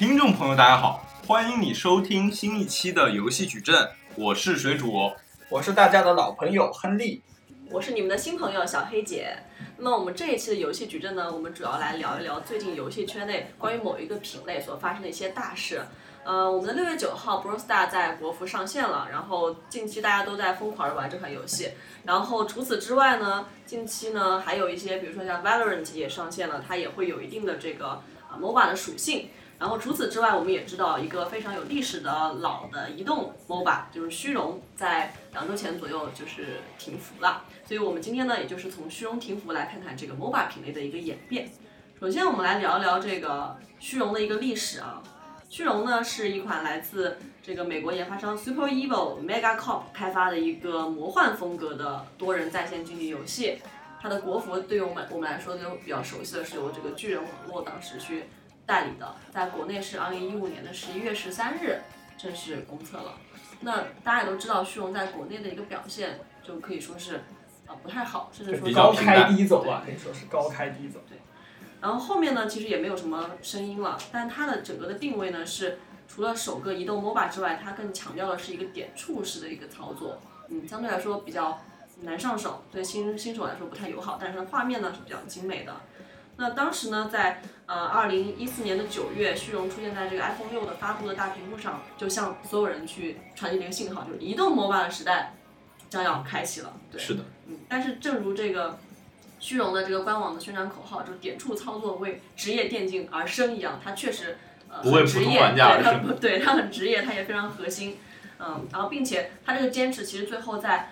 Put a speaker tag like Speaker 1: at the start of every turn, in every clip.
Speaker 1: 听众朋友大家好，欢迎你收听新一期的游戏矩阵，我是水煮，
Speaker 2: 我是大家的老朋友亨利，
Speaker 3: 我是你们的新朋友小黑姐。那么我们这一期的游戏矩阵呢，我们主要来聊一聊最近游戏圈内关于某一个品类所发生的一些大事。我们的6月9号 Brawl Stars 在国服上线了，然后近期大家都在疯狂的玩这款游戏。然后除此之外呢，近期呢还有一些，比如说像 Valorant 也上线了，它也会有一定的这个MOBA 的属性。然后除此之外，我们也知道一个非常有历史的老的移动 MOBA， 就是虚荣，在2周前左右就是停服了。所以我们今天呢，也就是从虚荣停服来看看这个 MOBA 品类的一个演变。首先，我们来聊一聊这个虚荣的一个历史啊。虚荣呢是一款来自这个美国研发商 Super Evil Megacorp 开发的一个魔幻风格的多人在线竞技游戏。它的国服对于我们来说就比较熟悉的是由这个巨人网络当时去代理的，在国内是2015年的11月13日正式公测了。那大家也都知道，虚荣在国内的一个表现就可以说是不太好，甚至说
Speaker 2: 高开低走吧，可以说是高开低走。
Speaker 3: 对。然后后面呢，其实也没有什么声音了，但它的整个的定位呢是，除了首个移动 MOBA 之外，它更强调的是一个点触式的一个操作，相对来说比较难上手，对新手来说不太友好，但是它的画面呢是比较精美的。那当时呢，在2014年的9月，虚荣出现在这个 iPhone 6的发布的大屏幕上，就向所有人去传递了一个信号，就是移动 MOBA 的时代将要开启了。对，
Speaker 1: 是的，
Speaker 3: 但是正如这个虚荣的这个官网的宣传口号，就是点触操作为职业电竞而生一样，它确实
Speaker 1: 不为普通玩家而生，
Speaker 3: 对它很职业，它也非常核心，然后并且它这个坚持其实最后在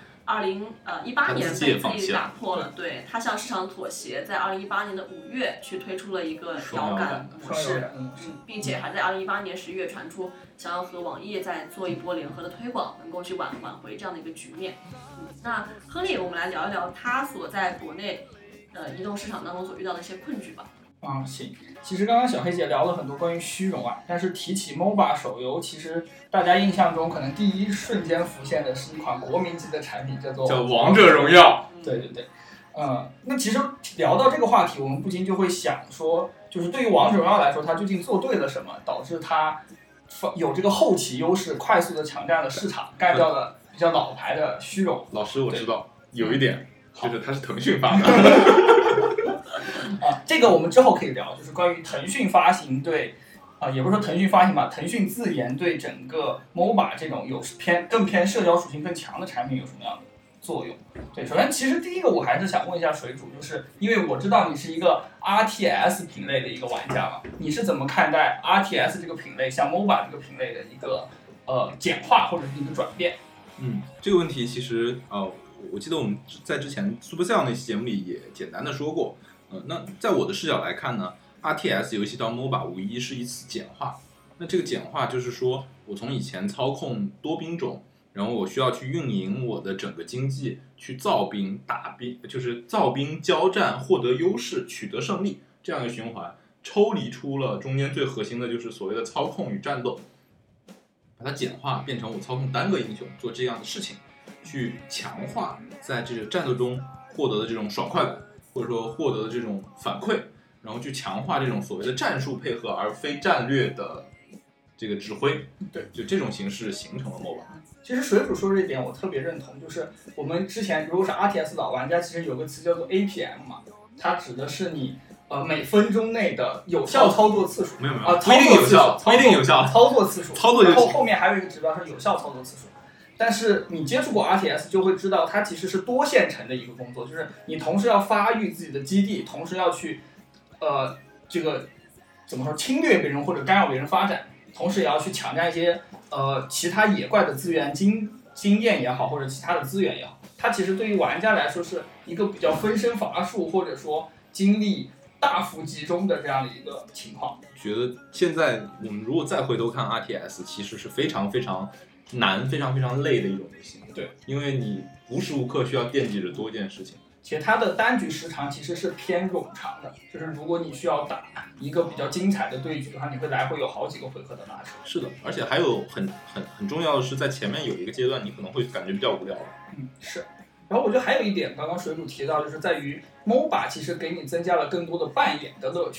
Speaker 3: 2018年被自己打破了，对，它向市场妥协，在2018年的5月去推出了一个摇杆模式，并且还在2018年11月传出想要和网易再做一波联合的推广，能够去挽回这样的一个局面。那亨利，我们来聊一聊他所在国内移动市场当中所遇到的一些困局吧。
Speaker 2: 行。其实刚刚小黑姐聊了很多关于虚荣啊，但是提起 MOBA 手游，其实大家印象中可能第一瞬间浮现的是一款国民级的产品，叫
Speaker 1: 王者荣耀。
Speaker 2: 对。那其实聊到这个话题，我们不禁就会想说，就是对于王者荣耀来说，它究竟做对了什么，导致它有这个后起优势，快速的抢占了市场，干掉了比较老牌的虚荣。
Speaker 1: 老师，我知道有一点，就是它是腾讯发的。
Speaker 2: 这个我们之后可以聊，就是关于腾讯发行对，也不是说腾讯发行吧，腾讯自研对整个 MOBA 这种更偏社交属性更强的产品有什么样的作用？对，首先其实第一个我还是想问一下水煮，就是因为我知道你是一个 RTS 品类的一个玩家嘛，你是怎么看待 RTS 这个品类像 MOBA 这个品类的一个简化或者是一个转变？
Speaker 1: 这个问题其实我记得我们在之前 Supercell 那期节目里也简单的说过。那在我的视角来看呢 ，RTS 游戏到 MOBA 无疑是一次简化。那这个简化就是说，我从以前操控多兵种，然后我需要去运营我的整个经济，去造兵、打兵，就是造兵交战，获得优势，取得胜利这样一个循环，抽离出了中间最核心的就是所谓的操控与战斗，把它简化变成我操控单个英雄做这样的事情，去强化在这个战斗中获得的这种爽快感。或者说获得的这种反馈，然后去强化这种所谓的战术配合，而非战略的这个指挥。
Speaker 2: 对，
Speaker 1: 就这种形式形成了 MOBA。
Speaker 2: 其实水煮说这一点我特别认同，就是我们之前如果是 RTS 老玩家，其实有个词叫做 APM 嘛，它指的是你每分钟内的有效操作次数。
Speaker 1: 没有
Speaker 2: 不一定有效，
Speaker 1: 不一定有效。
Speaker 2: 操作次数，
Speaker 1: 操作
Speaker 2: 然后后面还有一个指标是有效操作次数。但是你接触过 RTS 就会知道，它其实是多线程的一个工作，就是你同时要发育自己的基地，同时要去，这个怎么说侵略别人或者干扰别人发展，同时也要去抢占一些其他野怪的资源，经验也好，或者其他的资源也好，它其实对于玩家来说是一个比较分身乏术，或者说精力大幅集中的这样的一个情况。
Speaker 1: 觉得现在我们如果再回头看 RTS， 其实是非常非常难、非常非常累的一种游戏。
Speaker 2: 对，
Speaker 1: 因为你无时无刻需要惦记着多件事情。
Speaker 2: 且它的单局时长其实是偏冗长的，就是如果你需要打一个比较精彩的对局的话，你会来回有好几个回合的拉扯。
Speaker 1: 是的，而且还有很重要的是，在前面有一个阶段，你可能会感觉比较无聊。
Speaker 2: 是。然后我觉得还有一点，刚刚水煮提到，就是在于 MOBA 其实给你增加了更多的扮演的乐趣。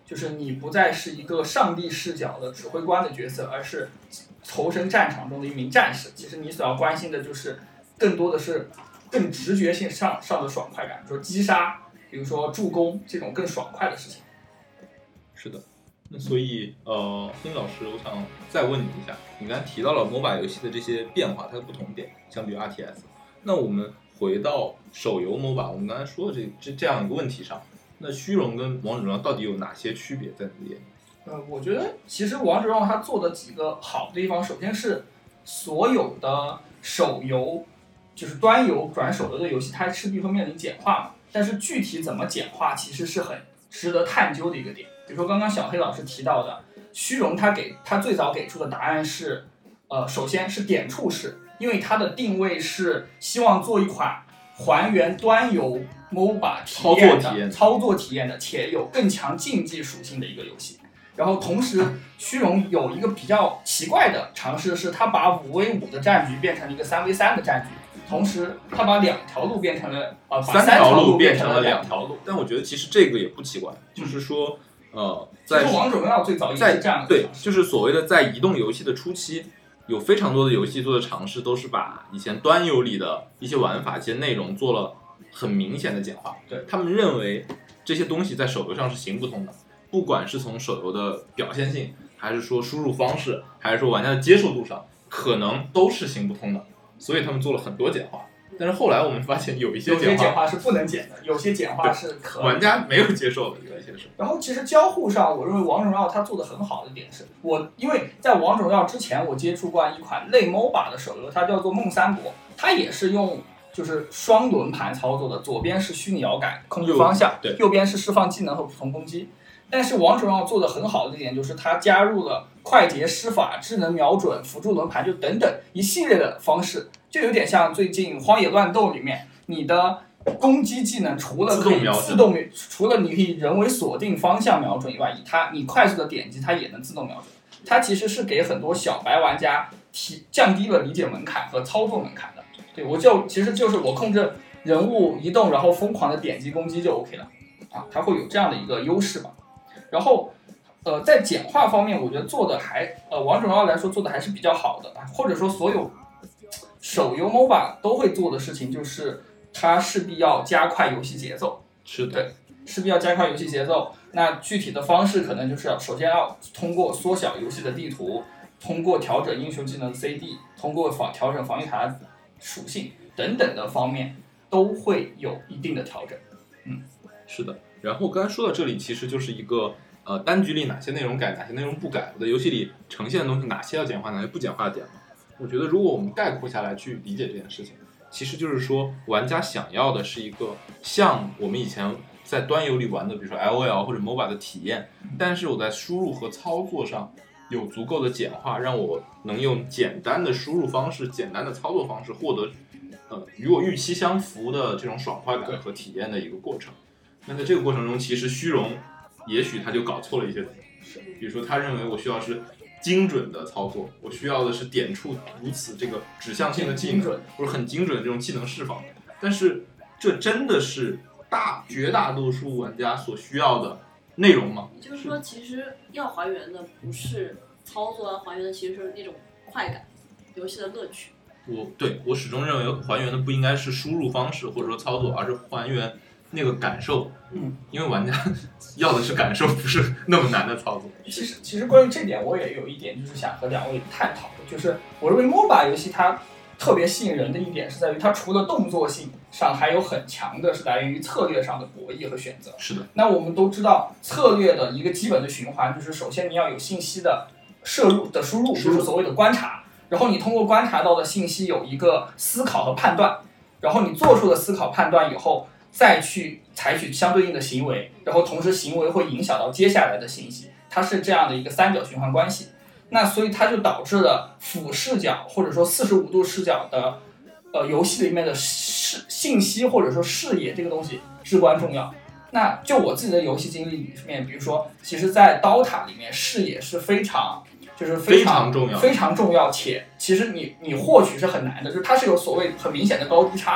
Speaker 2: 就是你不再是一个上帝视角的指挥官的角色，而是投身战场中的一名战士。其实你所要关心的就是更多的是更直觉性上的爽快感，比如说击杀，比如说助攻这种更爽快的事情。
Speaker 1: 是的。那所以孙老师，我想再问你一下，你刚才提到了 MOBA 游戏的这些变化，它的不同点相比于 RTS， 那我们回到手游 MOBA， 我们刚才说的这样一个问题上，那虚荣跟王者荣耀到底有哪些区别在哪里？
Speaker 2: 我觉得其实王者荣耀它做的几个好的地方，首先是所有的手游，就是端游转手游的游戏，它势必会面临简化嘛。但是具体怎么简化，其实是很值得探究的一个点。比如说刚刚小黑老师提到的虚荣，他最早给出的答案是，首先是点触式，因为它的定位是希望做一款还原端游 MOBA 操作体验的，且有更强竞技属性的一个游戏。然后同时，虚荣有一个比较奇怪的尝试，是它把5v5的战局变成了一个3v3的战局，同时它把2条路变成了把3条路变成了2条路。
Speaker 1: 但我觉得其实这个也不奇怪，就是说在
Speaker 2: 王者荣耀最早也是这样的。
Speaker 1: 对，就是所谓的在移动游戏的初期，有非常多的游戏做的尝试都是把以前端游里的一些玩法、一些内容做了很明显的简化。
Speaker 2: 对，
Speaker 1: 他们认为这些东西在手游上是行不通的，不管是从手游的表现性，还是说输入方式，还是说玩家的接受度上，可能都是行不通的，所以他们做了很多简化。但是后来我们发现有一些简
Speaker 2: 化是不能简的，有些简化是可以
Speaker 1: 玩家没有接受的，有一些是。
Speaker 2: 然后其实交互上，我认为王者荣耀它做的很好的点是，因为在王者荣耀之前，我接触过一款类 MOBA 的手游，它叫做梦三国，它也是用就是双轮盘操作的，左边是虚拟摇杆控制方向，右边是释放技能和普通攻击。但是王者荣耀做的很好的一点就是它加入了快捷施法、智能瞄准、辅助轮盘就等等一系列的方式，就有点像最近荒野乱斗里面你的攻击技能除了可以除了你可以人为锁定方向瞄准以外，你快速的点击它也能自动瞄准。它其实是给很多小白玩家降低了理解门槛和操作门槛的。对，其实就是我控制人物移动，然后疯狂的点击攻击就 OK 了啊，它会有这样的一个优势吧。然后在简化方面，我觉得做的王者荣耀来说做的还是比较好的，或者说所有手游 MOBA 都会做的事情就是它势必要加快游戏节奏。
Speaker 1: 是的，
Speaker 2: 对，势必要加快游戏节奏。那具体的方式可能就是首先要通过缩小游戏的地图，通过调整英雄技能 CD， 通过调整防御塔属性等等的方面都会有一定的调整。
Speaker 1: 是的。然后刚才说到这里，其实就是一个单局里哪些内容改，哪些内容不改，我在游戏里呈现的东西哪些要简化，哪些不简化的点嘛。我觉得如果我们概括下来去理解这件事情，其实就是说玩家想要的是一个像我们以前在端游里玩的，比如说 LOL 或者 MOBA 的体验，但是我在输入和操作上有足够的简化，让我能用简单的输入方式、简单的操作方式获得与我预期相符的这种爽快感和体验的一个过程。那在这个过程中，其实虚荣也许他就搞错了一些东西，比如说他认为我需要是精准的操作，我需要的是点触如此这个指向性的技能，或者很精准的这种技能释放，但是这真的是绝大多数玩家所需要的内容吗？
Speaker 3: 也就是说，其实要还原的不是操作，要还原的其实是那种快感，游戏的乐趣。
Speaker 1: 我始终认为还原的不应该是输入方式或者说操作，而是还原那个感受。因为玩家要的是感受，不是那么难的操作。
Speaker 2: 其实关于这点，我也有一点就是想和两位探讨的，就是我认为 MOBA 游戏它特别吸引人的一点是在于它除了动作性上，还有很强的是来源于策略上的博弈和选择。
Speaker 1: 是的。
Speaker 2: 那我们都知道策略的一个基本的循环就是首先你要有信息的输入，就是所谓的观察，然后你通过观察到的信息有一个思考和判断，然后你做出了思考判断以后再去采取相对应的行为，然后同时行为会影响到接下来的信息，它是这样的一个三角循环关系。那所以它就导致了俯视角或者说45度视角的游戏里面的信息或者说视野这个东西至关重要。那就我自己的游戏经历里面，比如说其实在 DOTA 里面视野是非常重要，且其实你获取是很难的，就是它是有所谓很明显的高低差的。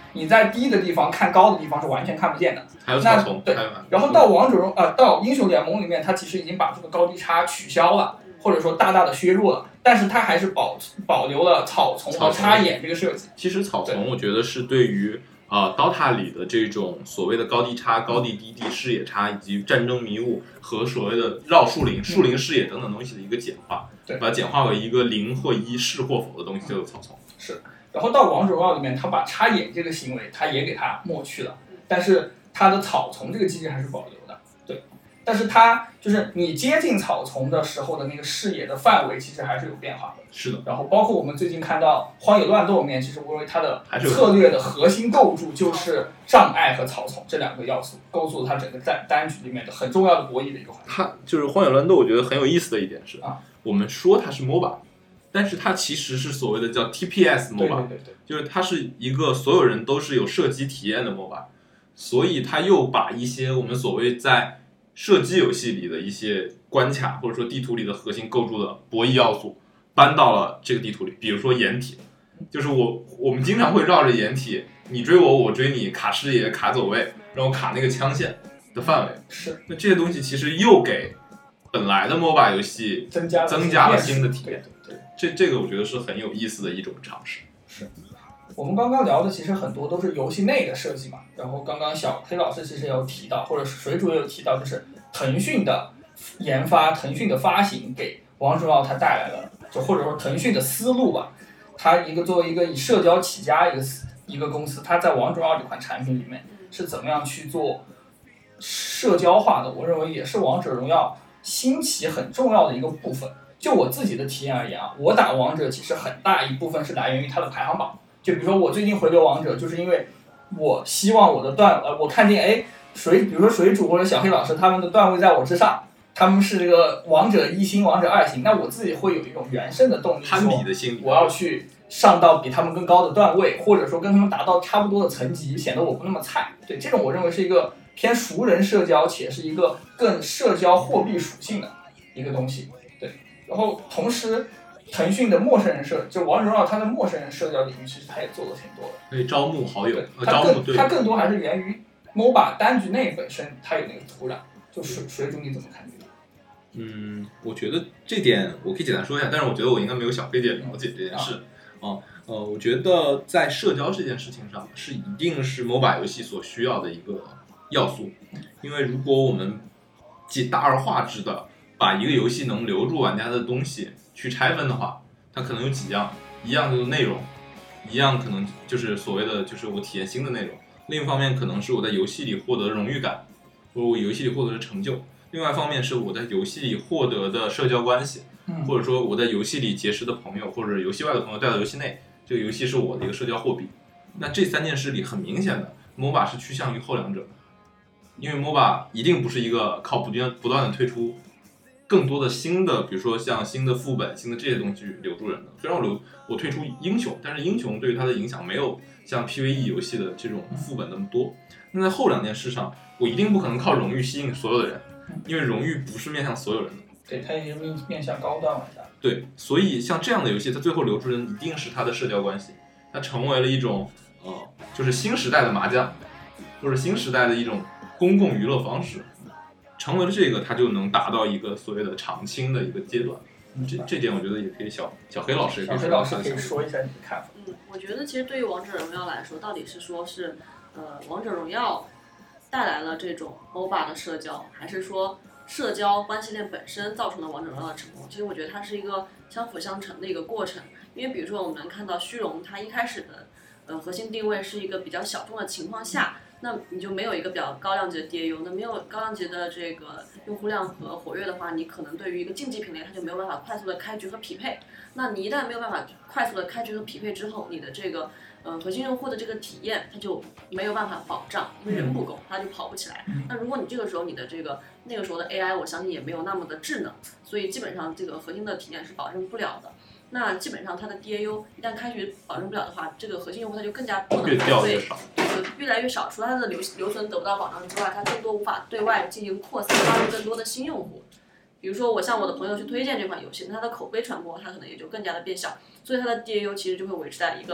Speaker 2: 你在低的地方看高的地方是完全看不见的。
Speaker 1: 还有草丛，
Speaker 2: 对，然后到英雄联盟里面，它其实已经把这个高低差取消了，或者说大大的削弱了，但是它还是保留了草丛和插眼这个设计。
Speaker 1: 其实草丛我觉得是对于DOTA 里的这种所谓的高低差、高低低地视野差，以及战争迷雾和所谓的绕树林视野等等东西的一个简化，
Speaker 2: 对，
Speaker 1: 把它简化为一个零或一是或否的东西，就是草丛。
Speaker 2: 是，然后到王者荣耀里面，它把插眼这个行为，它也给它抹去了，但是它的草丛这个机制还是保留的，对。但是它就是你接近草丛的时候的那个视野的范围，其实还是有变化的。
Speaker 1: 是的。
Speaker 2: 然后包括我们最近看到《荒野乱斗》里面，其实我认为它的策略的核心构筑就是障碍和草丛这两个要素，构筑了它整个单局里面的很重要的博弈的一个环节。
Speaker 1: 它就是《荒野乱斗》，我觉得很有意思的一点是，我们说它是 MOBA， 但是它其实是所谓的叫 TPS MOBA，
Speaker 2: 对，
Speaker 1: 就是它是一个所有人都是有射击体验的 MOBA， 所以它又把一些我们所谓在射击游戏里的一些关卡或者说地图里的核心构筑的博弈要素搬到了这个地图里，比如说掩体，就是我们经常会绕着掩体，你追我，我追你，卡视野、卡走位，然后卡那个枪线的范围。
Speaker 2: 是，
Speaker 1: 那这些东西其实又给本来的 MOBA 游戏增加了新的体验。
Speaker 2: 对，
Speaker 1: 这个我觉得是很有意思的一种尝试。
Speaker 2: 是。我们刚刚聊的其实很多都是游戏内的设计嘛，然后刚刚小黑老师其实也有提到，或者是水主也有提到，就是腾讯的研发、腾讯的发行给王者荣耀它带来了，就或者说腾讯的思路吧，它作为一个以社交起家一个公司，它在王者荣耀这款产品里面是怎么样去做社交化的，我认为也是王者荣耀兴起很重要的一个部分。就我自己的体验而言啊，我打王者其实很大一部分是来源于它的排行榜。就比如说我最近回流王者，就是因为我希望我的我看见比如说水主或者小黑老师他们的段位在我之上，他们是这个王者1星、王者2星，那我自己会有一种原生的动力，
Speaker 1: 攀比的心理，
Speaker 2: 我要去上到比他们更高的段位，或者说跟他们达到差不多的层级，显得我不那么菜。对，这种我认为是一个偏熟人社交，且是一个更社交货币属性的一个东西。对，然后同时腾讯的陌生人就王者荣耀它的陌生人社交领域，其实它也做了挺多的。
Speaker 1: 可以招募好友，
Speaker 2: 它更多还是源于 MOBA 单局内本身它有那个土壤。就水主你怎么看这个？
Speaker 1: 我觉得这点我可以简单说一下，但是我觉得我应该没有小飞姐了解这件事。我觉得在社交这件事情上是一定是 MOBA 游戏所需要的一个要素，因为如果我们大而化之的把一个游戏能留住玩家的东西去拆分的话，它可能有几样，一样就是内容，一样可能就是所谓的就是我体验新的内容，另一方面可能是我在游戏里获得的荣誉感，或者我游戏里获得的成就，另外一方面是我在游戏里获得的社交关系，或者说我在游戏里结识的朋友或者游戏外的朋友带到游戏内，这个游戏是我的一个社交货币。那这三件事里很明显的 MOBA 是趋向于后两者的，因为 MOBA 一定不是一个靠不断的推出更多的新的，比如说像新的副本、新的这些东西去留住人的。虽然我推出英雄，但是英雄对于它的影响没有像 PVE 游戏的这种副本那么多。那在后两件事上，我一定不可能靠荣誉吸引所有的人，因为荣誉不是面向所有人的。
Speaker 2: 对，它也是面向高端玩家。
Speaker 1: 对，所以像这样的游戏，它最后留住人一定是它的社交关系，它成为了一种就是新时代的麻将，或者新时代的一种公共娱乐方式。成为了这个，它就能达到一个所谓的长青的一个阶段。这点我觉得也可以小黑老师也可以
Speaker 2: 说一下你的看法。
Speaker 3: 我觉得其实对于王者荣耀来说，到底是说是王者荣耀带来了这种 MOBA 的社交，还是说社交关系链本身造成了王者荣耀的成功？其实我觉得它是一个相辅相成的一个过程。因为比如说我们能看到虚荣，它一开始的核心定位是一个比较小众的情况下，那你就没有一个比较高量级的 DAU， 那没有高量级的这个用户量和活跃的话，你可能对于一个竞技品类它就没有办法快速的开局和匹配。那你一旦没有办法快速的开局和匹配之后，你的这个核心用户的这个体验它就没有办法保障，因为人不够，它就跑不起来。那如果你这个时候你的那个时候的 AI， 我相信也没有那么的智能，所以基本上这个核心的体验是保证不了的。那基本上它的 DAU 一旦开局保证不了的话，这个核心用户它就更加不能对，越来越少。除了它的留存得不到保障之外，它更多无法对外进行扩散，拉入更多的新用户。比如说我向我的朋友去推荐这款游戏，那它的口碑传播它可能也就更加的变小，所以它的 DAU 其实就会维持在一个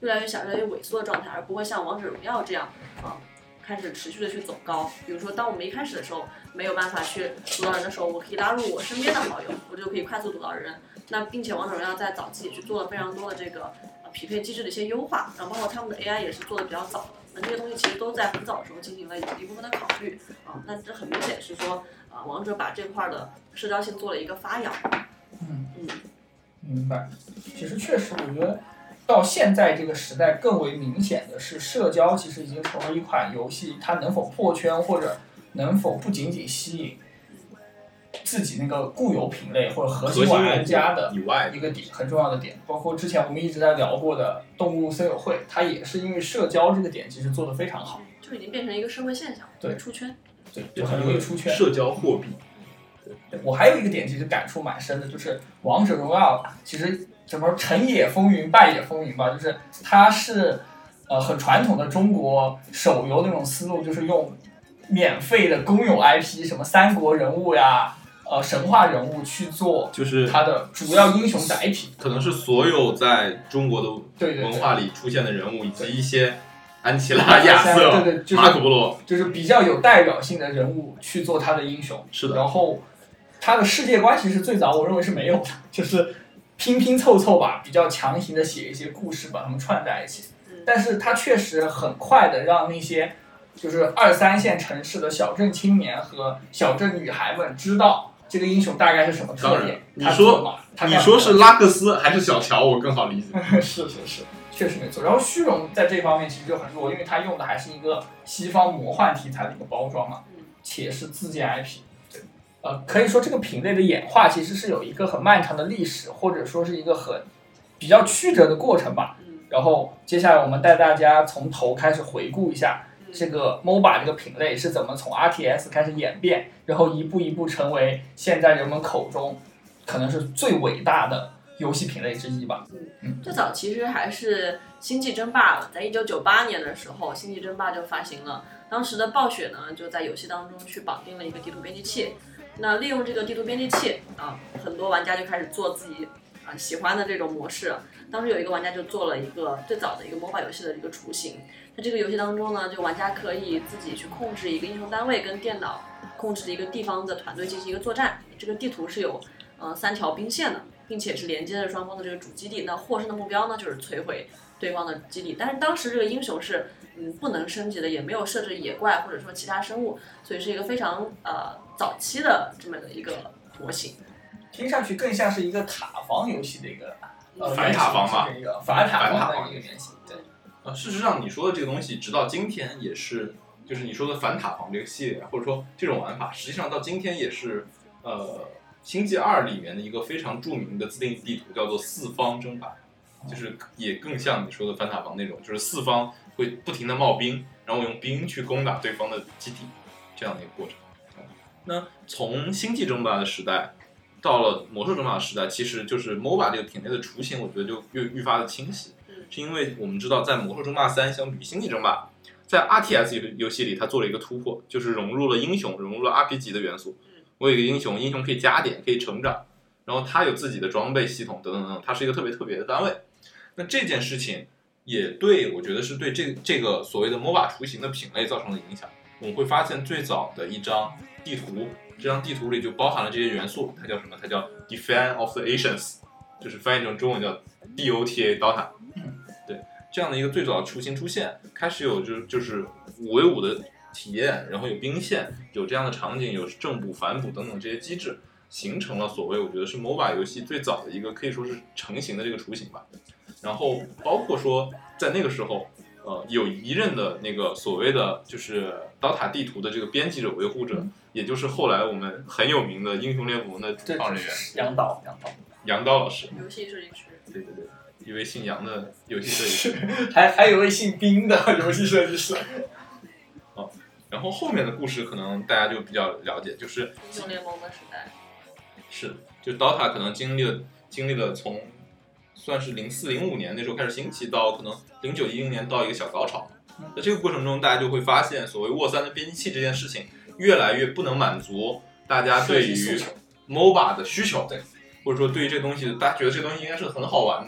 Speaker 3: 越来越小、越来越萎缩的状态，而不会像王者荣耀这样开始持续的去走高。比如说，当我们一开始的时候没有办法去读到人的时候，我可以拉入我身边的好友，我就可以快速读到人。那并且王者荣耀在早期也去做了非常多的这个匹配机制的一些优化，然后包括他们的 AI 也是做的比较早的。那这些东西其实都在很早的时候进行了一部分的考虑那这很明显是说王者把这块的社交性做了一个发扬。
Speaker 2: 明白。其实确实，我觉得到现在这个时代更为明显的是，社交其实已经成为一款游戏，它能否破圈或者能否不仅仅吸引自己那个固有品类或者核心玩家的一个点，很重要的点。包括之前我们一直在聊过的动物森友会，它也是因为社交这个点其实做得非常好，
Speaker 3: 就已经变成一个社会现象，
Speaker 2: 对，
Speaker 3: 出圈，
Speaker 2: 对，就很容易出圈。
Speaker 1: 社交货币。
Speaker 2: 对，我还有一个点其实感触蛮深的，就是王者荣耀其实怎么成也风云败也风云吧，就是它是很传统的中国手游那种思路，就是用免费的公有 IP 什么三国人物呀神话人物去做，就是它的主要英雄载体，
Speaker 1: 可能是所有在中国的文化里出现的人物，以及一些安琪拉、亚瑟、马可波罗，
Speaker 2: 就是比较有代表性的人物去做他的英雄。
Speaker 1: 是的。
Speaker 2: 然后他的世界观其实最早我认为是没有的，就是拼拼凑凑吧，比较强行的写一些故事把它们串在一起。但是他确实很快的让那些就是2、3线城市的小镇青年和小镇女孩们知道这个英雄大概是什么特点。
Speaker 1: 你说是拉克斯还是小乔，我更好理解。
Speaker 2: 是，确实没错。然后虚荣在这方面其实就很弱，因为他用的还是一个西方魔幻题材的一个包装嘛，且是自建 IP。可以说这个品类的演化其实是有一个很漫长的历史，或者说是一个很比较曲折的过程吧。然后接下来我们带大家从头开始回顾一下这个 MOBA 这个品类是怎么从 RTS 开始演变，然后一步一步成为现在人们口中可能是最伟大的游戏品类之一吧。
Speaker 3: 最早其实还是星际争霸了，在1998年的时候，星际争霸就发行了。当时的暴雪呢，就在游戏当中去绑定了一个地图编辑器。那利用这个地图编辑器很多玩家就开始做自己喜欢的这种模式。当时有一个玩家就做了一个最早的一个 MOBA 游戏的一个雏形。在这个游戏当中呢，就玩家可以自己去控制一个英雄单位，跟电脑控制一个地方的团队进行一个作战。这个地图是有3条兵线的，并且是连接着双方的这个主基地。那获胜的目标呢，就是摧毁对方的基地。但是当时这个英雄是不能升级的，也没有设置野怪或者说其他生物，所以是一个非常早期的这么的一个模型。
Speaker 2: 听上去更像是一个塔防游戏的一个
Speaker 1: 反塔防吧，
Speaker 2: 反塔防的一个原型。对。
Speaker 1: 事实上你说的这个东西，直到今天也是，就是你说的反塔防这个系列，或者说这种玩法，实际上到今天也是星际2里面的一个非常著名的自定义地图，叫做四方争霸，就是也更像你说的反塔防那种，就是四方会不停的冒兵，然后用兵去攻打对方的基地，这样的一个过程。那从星际争霸的时代到了魔兽争霸的时代，其实就是 MOBA 这个品类的雏形，我觉得就愈发的清晰。是因为我们知道，在魔兽争霸3相比于星际争霸，在 RTS 游戏里它做了一个突破，就是融入了英雄，融入了 RPG 的元素。我有一个英雄可以加点，可以成长，然后它有自己的装备系统等等等等，它是一个特别的单位。那这件事情也我觉得是对这个所谓的 MOBA 雏形的品类造成了影响。我们会发现最早的一张地图，这张地图里就包含了这些元素，它叫什么？它叫 Defense of the Ancients， 就是翻译成中文叫 DOTA DOTA。对，这样的一个最早的雏形出现，开始有就是5v5的体验，然后有兵线，有这样的场景，有正补、反补等等这些机制，形成了所谓我觉得是 MOBA 游戏最早的一个可以说是成型的这个雏形吧。然后包括说在那个时候，有一任的那个所谓的就是刀塔地图的这个编辑者、维护者，也就是后来我们很有名的英雄联盟的主创人员杨刀老师，
Speaker 3: 游戏设计师。
Speaker 1: 对，一位姓杨的游戏设计师，
Speaker 2: 还有一位姓冰的游戏设计师。
Speaker 1: 然后后面的故事可能大家就比较了解，就是
Speaker 3: 英雄联盟的时代。
Speaker 1: 是，就 DOTA 可能经历了从算是04、05年那时候开始兴起，到可能09、10年到一个小高潮。在这个过程中，大家就会发现，所谓沃3的编辑器这件事情，越来越不能满足大家对于 MOBA 的需求，对，或者说对于这东西，大家觉得这东西应该是很好玩的，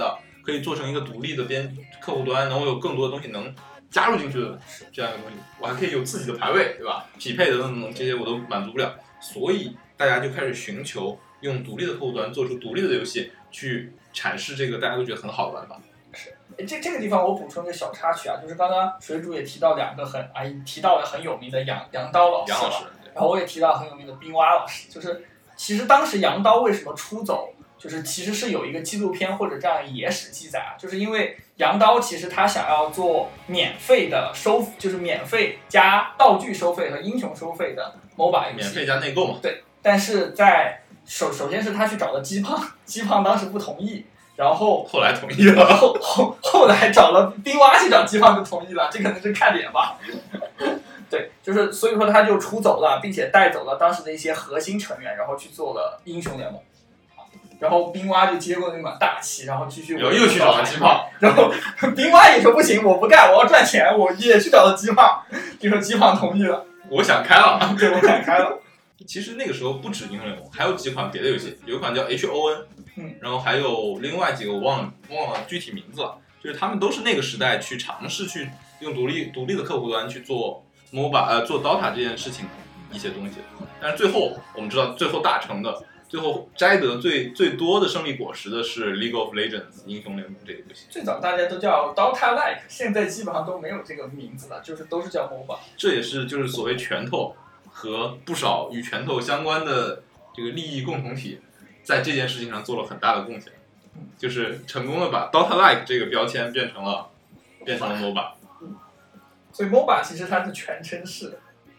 Speaker 1: 可以做成一个独立的客户端，然后有更多的东西能加入进去的这样一个东西，我还可以有自己的排位，对吧？匹配的等等这些我都满足不了，所以大家就开始寻求用独立的客户端做出独立的游戏，去阐释这个大家都觉得很好的玩法。
Speaker 2: 这个地方我补充一个小插曲啊，就是刚刚水煮也提到提到了很有名的杨刀老师了，然后我也提到很有名的冰蛙老师，就是其实当时杨刀为什么出走，就是其实是有一个纪录片或者这样野史记载啊，就是因为杨刀其实他想要做免费的就是免费加道具收费和英雄收费的 MOBA 游戏，
Speaker 1: 免费加内购嘛。
Speaker 2: 对，但是在首先是他去找了鸡胖当时不同意。然后
Speaker 1: 后来同意了，
Speaker 2: 后来找了冰蛙去找鸡胖就同意了，这可能是看脸吧。对，就是所以说他就出走了，并且带走了当时的一些核心成员，然后去做了英雄联盟。然后冰蛙就接过那把大旗，然后继续
Speaker 1: 又去找了鸡胖，
Speaker 2: 然后冰蛙也说不行，我不干，我要赚钱，我也去找了鸡胖，就说鸡胖同意了，
Speaker 1: 我想开了，
Speaker 2: 对，我想开了。
Speaker 1: 其实那个时候不止英雄联盟，还有几款别的游戏，有一款叫 HON。然后还有另外几个我忘了具体名字了，就是他们都是那个时代去尝试去用独立的客户端去做 MOBA 做 DOTA 这件事情的一些东西，但是最后我们知道最后大成的最后摘得最多的胜利果实的是 League of Legends 英雄联盟这个游戏。
Speaker 2: 最早大家都叫 DOTA Like， 现在基本上都没有这个名字了，就是都是叫 MOBA。
Speaker 1: 这也是就是所谓拳头和不少与拳头相关的这个利益共同体在这件事情上做了很大的贡献，就是成功的把 Dota Like 这个标签变成了 MOBA。
Speaker 2: 所以 MOBA 其实它是全称是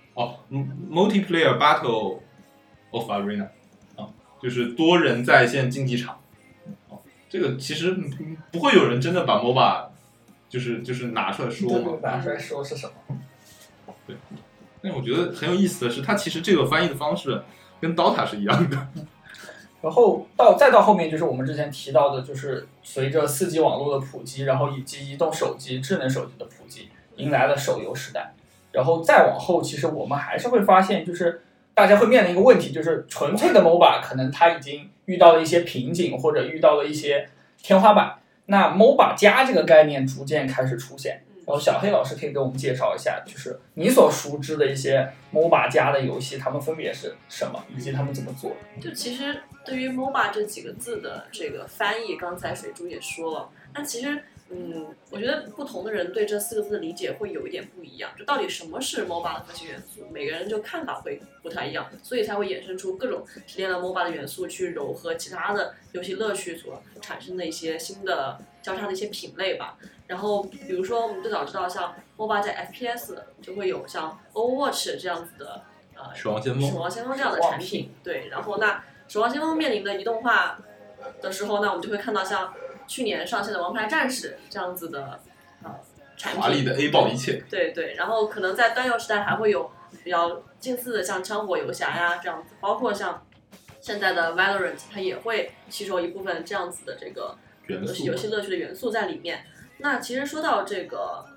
Speaker 1: Multiplayer Battle of Arena 就是多人在线竞技场。这个其实不会有人真的把 MOBA 就是拿出来说嘛，
Speaker 2: 拿出来说是什么？
Speaker 1: 对，但是我觉得很有意思的是，它其实这个翻译的方式跟 Dota 是一样的。
Speaker 2: 然后再到后面就是我们之前提到的，就是随着4G 网络的普及，然后以及移动手机、智能手机的普及，迎来了手游时代。然后再往后，其实我们还是会发现，就是大家会面临一个问题，就是纯粹的 MOBA 可能它已经遇到了一些瓶颈，或者遇到了一些天花板。那 MOBA 加这个概念逐渐开始出现。然后小黑老师可以给我们介绍一下，就是你所熟知的一些 MOBA 加的游戏，它们分别是什么，以及他们怎么做。
Speaker 3: 就其实对于 MOBA 这几个字的这个翻译，刚才水珠也说了，那其实我觉得不同的人对这4个字的理解会有一点不一样，就到底什么是 MOBA 的核心元素，每个人就看法会不太一样，所以才会衍生出各种提炼了 MOBA 的元素去糅合其他的游戏乐趣所产生的一些新的交叉的一些品类吧。然后比如说我们最早知道像 MOBA 在 FPS 就会有像 Overwatch 这样子的
Speaker 1: 守望先锋
Speaker 3: 这样的产品，对，然后那守望先锋面临的移动化的时候呢，我们就会看到像去年上线的王牌战士这样子的产品，
Speaker 1: 华丽的 A 爆一切，
Speaker 3: 对，然后可能在端游时代还会有比较近似的像枪火游侠呀这样子，包括像现在的 Valorant 它也会吸收一部分这样子的这个游戏乐趣的元素在里面。那其实说到这个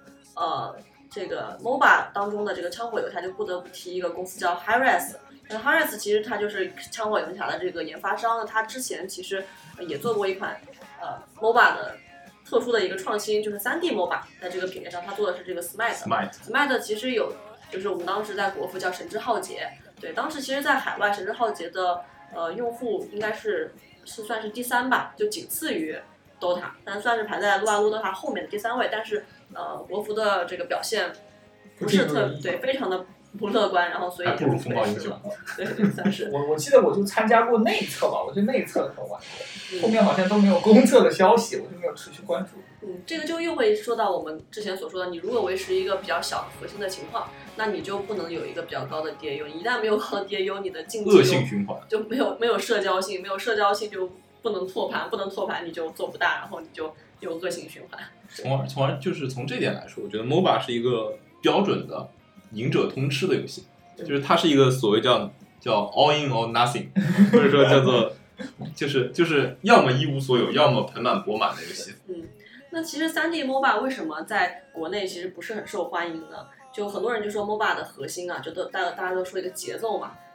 Speaker 3: MOBA 当中的这个枪火游侠，就不得不提一个公司叫 Hi-Rez。Hi-Rez 其实它就是枪火游侠的这个研发商，它之前其实也做过一款MOBA 的特殊的一个创新，就是 3D MOBA， 在这个品类上它做的是这个 Smite 其实有就是我们当时在国服叫神之浩劫，对，当时其实在海外神之浩劫的用户应该是算是第3吧，就仅次于 DOTA， 但算是排在撸啊撸 DOTA 后面的第3位，但是国服的这个表现不是非常的不乐观，然后所以
Speaker 1: 不如风暴英雄，
Speaker 3: 对，算是
Speaker 2: 我记得我就参加过内测吧，我就内测玩过，后面好像都没有公测的消息，我就没有持续关注。
Speaker 3: 这个就又会说到我们之前所说的，你如果维持一个比较小的核心的情况，那你就不能有一个比较高的 DAU， 你一旦没有高的 DAU， 你的竞技
Speaker 1: 恶性循环
Speaker 3: 就没有社交性，没有社交性就不能拓盘你就做不大，然后你就有恶性循环。
Speaker 1: 从而就是从这点来说，我觉得 MOBA 是一个标准的赢者通吃的游戏，就是它是一个所谓叫 all in or nothing， 或者说叫做就是要么一无所有，要么盆满钵满的游戏。
Speaker 3: 那其实 3D MOBA 为什么在国内其实不是很受欢迎呢？就很多人就说 MOBA 的核心啊，就大家都说一个节奏嘛，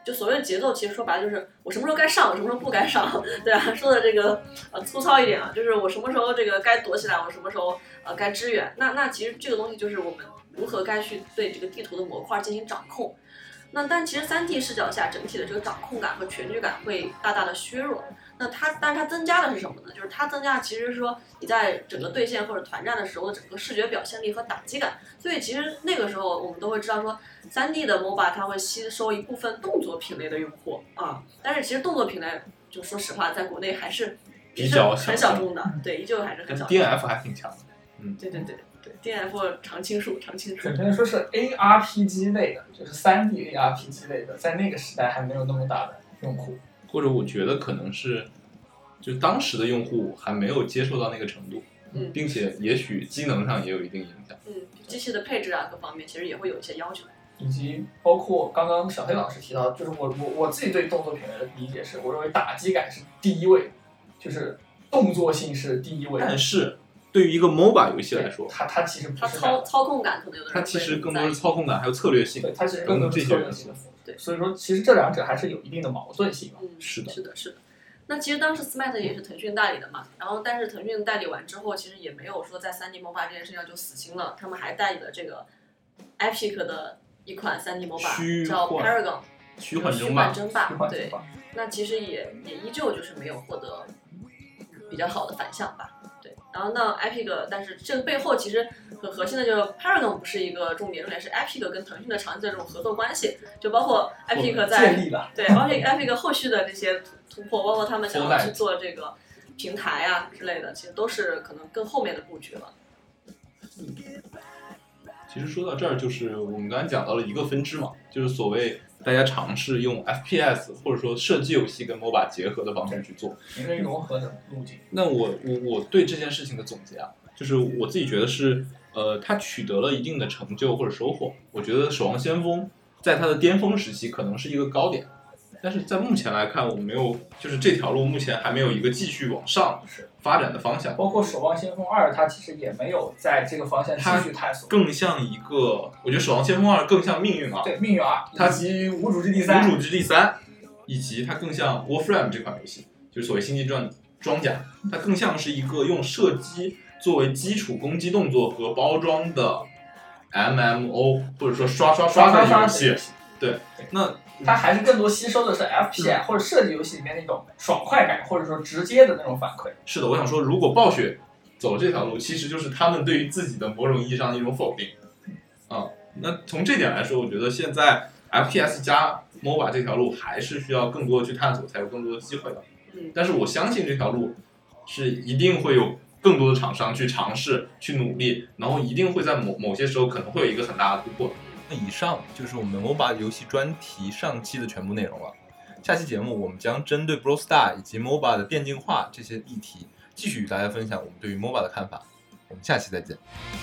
Speaker 3: 就所谓的节奏，其实说白了就是我什么时候该上，我什么时候不该上，对啊，说的这个粗糙一点啊，就是我什么时候这个该躲起来，我什么时候该支援。那其实这个东西就是我们如何该去对这个地图的模块进行掌控。但其实3D 视角下整体的这个掌控感和全局感会大大的削弱。但是它增加的是什么呢？就是它增加其实是说你在整个对线或者团战的时候的整个视觉表现力和打击感。所以其实那个时候我们都会知道说，3D 的 MOBA 它会吸收一部分动作品类的用户啊，但是其实动作品类就说实话，在国内还是
Speaker 1: 比较
Speaker 3: 很小众的，对，依旧还是很小众。
Speaker 1: DNF 还挺强的，
Speaker 3: 对 ，DNF 常青树。
Speaker 2: 准确的说是 ARPG 类的，就是3D ARPG 类的，在那个时代还没有那么大的用户。
Speaker 1: 或者我觉得可能是，就当时的用户还没有接受到那个程度，并且也许机能上也有一定影响。
Speaker 3: 机器的配置啊，各方面其实也会有一些要求。
Speaker 2: 以及包括刚刚小黑老师提到，就是我自己对动作品类的理解是，我认为打击感是第一位，就是动作性是第一位。
Speaker 1: 但是对于一个 MOBA 游戏来说，
Speaker 2: 它其实不是
Speaker 3: 它操控感可能有的人
Speaker 1: 它其实更多是操控感还有策略性，
Speaker 2: 对，它其实更多是策略性的。
Speaker 3: 对，
Speaker 2: 所以说其实这两者还是有一定的矛盾性。
Speaker 1: 是的。
Speaker 3: 那其实当时 Smite 也是腾讯代理的嘛，然后但是腾讯代理完之后，其实也没有说在3D MOBA 这件事情上就死心了，他们还代理了这个 Epic 的一款3D MOBA 叫 Paragon
Speaker 1: 虚幻
Speaker 3: 争霸，对，那其实也依旧就是没有获得比较好的反响吧。对，然后呢 Epic， 但是这个背后其实很核心的就是 Paragon 不是一个重点是 Epic 跟腾讯的长期的这种合作关系，就包括 Epic 在对，包括 Epic 后续的这些突破，包括他们想要去做这个平台啊之类的，其实都是可能更后面的布局了。
Speaker 1: 其实说到这儿，就是我们刚才讲到了一个分支嘛，就是所谓大家尝试用 FPS 或者说射击游戏跟 MOBA 结合的方式去做，
Speaker 2: 一个融合的路径。
Speaker 1: 那我对这件事情的总结啊，就是我自己觉得是，它取得了一定的成就或者收获。我觉得《守望先锋》在它的巅峰时期可能是一个高点，但是在目前来看，我们没有，就是这条路目前还没有一个继续往上发展的方向。
Speaker 2: 包括《守望先锋2》，它其实也没有在这个方向继续探索。
Speaker 1: 更像一个，我觉得《守望先锋2》更像命运2，
Speaker 2: 对，命运2，
Speaker 1: 它
Speaker 2: 以及无主之地3，
Speaker 1: 以及它更像 Warframe 这款游戏，就是所谓星际装甲，它更像是一个用射击作为基础攻击动作和包装的 MMO， 或者说刷的游戏。对，那
Speaker 2: 它还是更多吸收的是 FPS 或者射击游戏里面那种爽快感，或者说直接的那种反馈。
Speaker 1: 是的，我想说，如果暴雪走这条路，其实就是他们对于自己的某种意义上的一种否定。那从这点来说，我觉得现在 FPS 加 MOBA 这条路还是需要更多的去探索，才有更多的机会的。但是我相信这条路是一定会有更多的厂商去尝试、去努力，然后一定会在某些时候可能会有一个很大的突破。
Speaker 4: 那以上就是我们 MOBA 游戏专题上期的全部内容了。下期节目我们将针对 Brawl Stars 以及 MOBA 的电竞化这些议题，继续与大家分享我们对于 MOBA 的看法。我们下期再见。